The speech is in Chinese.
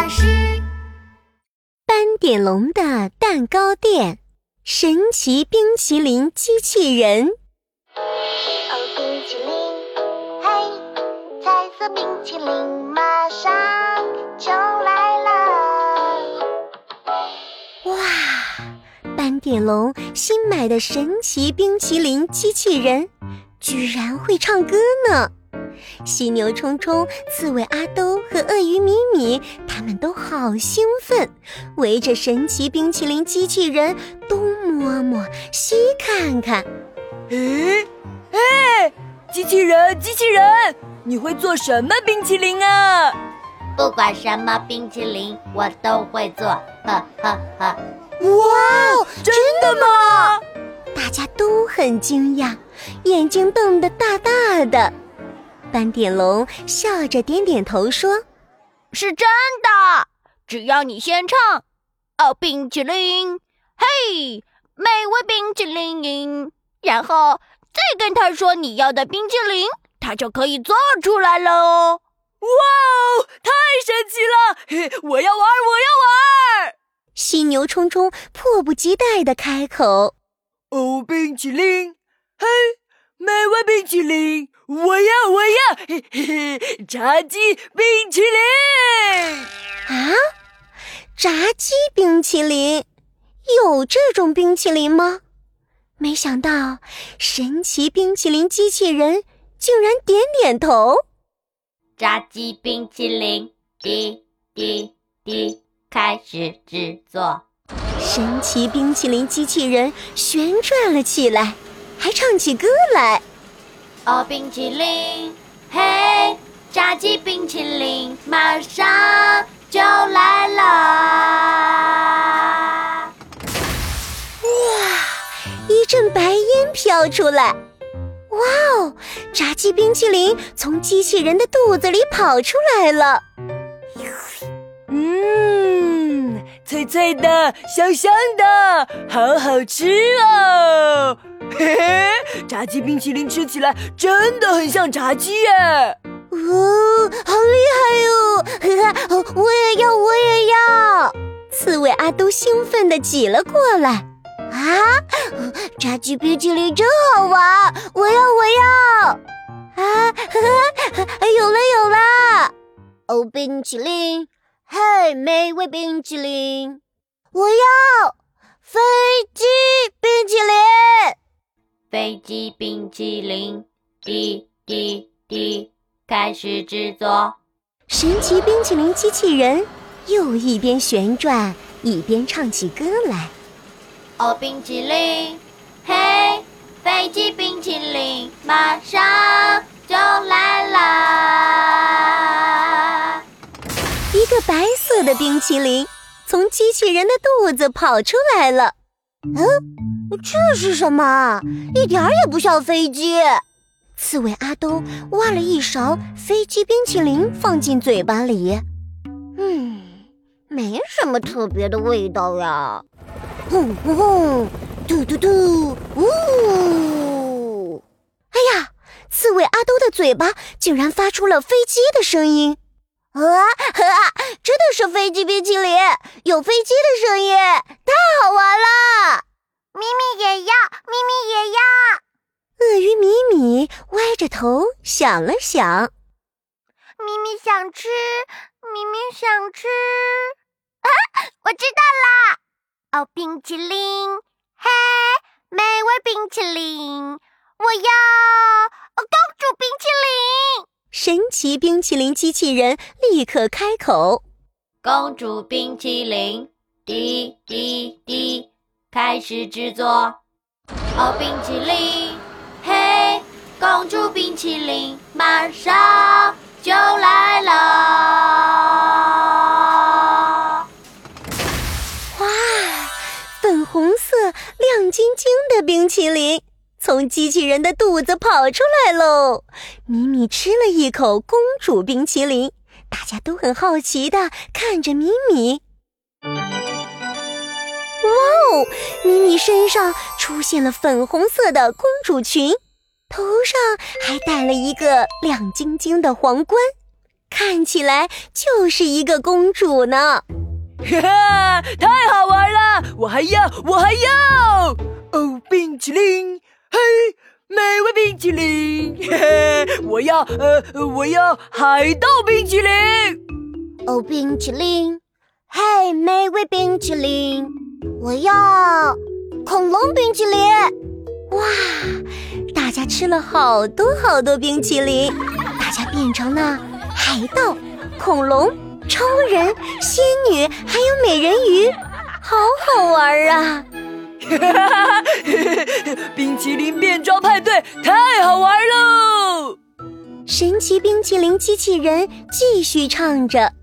师。斑点龙的蛋糕店，神奇冰淇淋机器人。 哦，冰淇淋，嘿，彩色冰淇淋马上就来了。 哇，斑点龙新买的神奇冰淇淋机器人居然会唱歌呢！犀牛冲冲、刺猬阿兜和鳄鱼米米他们都好兴奋，围着神奇冰淇淋机器人东摸摸西看看。 机器人，你会做什么冰淇淋啊？ 不管什么冰淇淋我都会做，呵呵呵。 哇，真的吗？ 大家都很惊讶，眼睛瞪得大大的。斑点龙笑着点点头说： 是真的，只要你先唱哦，冰淇淋，嘿，美味冰淇淋，然后再跟他说你要的冰淇淋，他就可以做出来了哦。 哇哦，太神奇了！我要玩！ 犀牛冲冲迫不及待地开口： 哦，冰淇淋，嘿，美味冰淇淋，我要，嘿嘿，炸鸡冰淇淋！ 啊，炸鸡冰淇淋？有这种冰淇淋吗？没想到神奇冰淇淋机器人竟然点点头。 炸鸡冰淇淋，滴滴滴，开始制作。 神奇冰淇淋机器人旋转了起来，还唱起歌来。 哦，冰淇淋，嘿，炸鸡冰淇淋马上就来了。 哇，一阵白烟飘出来。哇哦，炸鸡冰淇淋从机器人的肚子里跑出来了。 脆脆的，香香的，好好吃哦！嘿嘿，炸鸡冰淇淋吃起来真的很像炸鸡耶！ 哦，好厉害哦！我也要！刺猬阿兜兴奋地挤了过来。啊，炸鸡冰淇淋真好玩！我要！啊，有了！哦，冰淇淋，嘿，美味冰淇淋，我要飞机冰淇淋！ 飞机冰淇淋，滴滴滴，开始制作。 神奇冰淇淋机器人又一边旋转一边唱起歌来。 哦，冰淇淋，嘿，飞机冰淇淋马上就来了。 一个白色的冰淇淋从机器人的肚子跑出来了。这是什么？一点儿也不像飞机。刺猬阿兜挖了一勺飞机冰淇淋放进嘴巴里。没什么特别的味道呀。轰轰轰，嘟嘟嘟，呜！哎呀，刺猬阿兜的嘴巴竟然发出了飞机的声音。真的是飞机冰淇淋，有飞机的声音，太好玩了！ 咪咪也要！ 鳄鱼米米歪着头想了想， 咪咪想吃。我知道啦！哦，冰淇淋，嘿，美味冰淇淋，我要公主冰淇淋！ 神奇冰淇淋机器人立刻开口： 公主冰淇淋，滴滴滴，开始制作。哦，冰淇淋，嘿，公主冰淇淋马上就来了。 哇，粉红色亮晶晶的冰淇淋从机器人的肚子跑出来喽！米米吃了一口公主冰淇淋，大家都很好奇地看着米米。哇哦，米米身上出现了粉红色的公主裙，头上还戴了一个亮晶晶的皇冠。 看起来就是一个公主呢。 哈哈，太好玩了！我还要！哦，冰淇淋，嘿，美味冰淇淋，嘿嘿，我要海盗冰淇淋。 哦，冰淇淋，嘿，美味冰淇淋，我要恐龙冰淇淋。哇，大家吃了好多好多冰淇淋，大家变成了海盗、恐龙、超人、仙女，还有美人鱼，好好玩啊！ 冰淇淋变装派对太好玩喽！ 神奇冰淇淋机器人继续唱着。